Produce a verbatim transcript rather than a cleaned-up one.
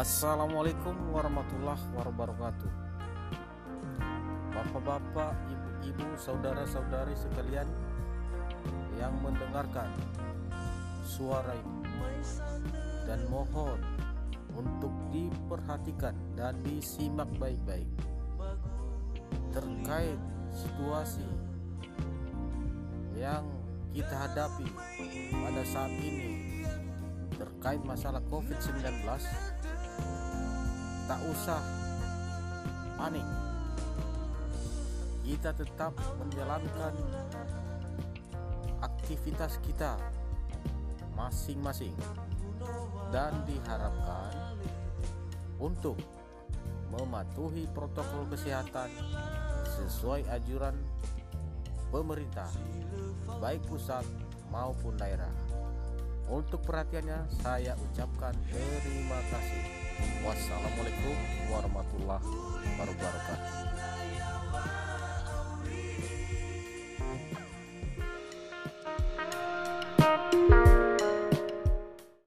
Assalamualaikum warahmatullahi wabarakatuh. Bapak-bapak, ibu-ibu, saudara-saudari sekalian yang mendengarkan suara ini, dan mohon untuk diperhatikan dan disimak baik-baik terkait situasi yang kita hadapi pada saat ini terkait masalah covid sembilan belas. Tak usah panik, kita tetap menjalankan aktivitas kita masing-masing dan diharapkan untuk mematuhi protokol kesehatan sesuai anjuran pemerintah baik pusat maupun daerah. Untuk perhatiannya saya ucapkan terima kasih. Wassalamualaikum warahmatullahi wabarakatuh.